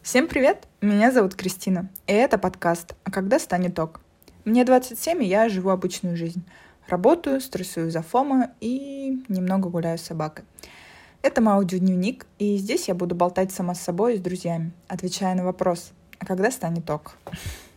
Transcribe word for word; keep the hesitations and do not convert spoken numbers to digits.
Всем привет! Меня зовут Кристина, и это подкаст «А когда станет ок?». Мне двадцать семь, и я живу обычную жизнь. Работаю, стрессую за фома и немного гуляю с собакой. Это мой аудиодневник, и здесь я буду болтать сама с собой и с друзьями, отвечая на вопрос «А когда станет ок?».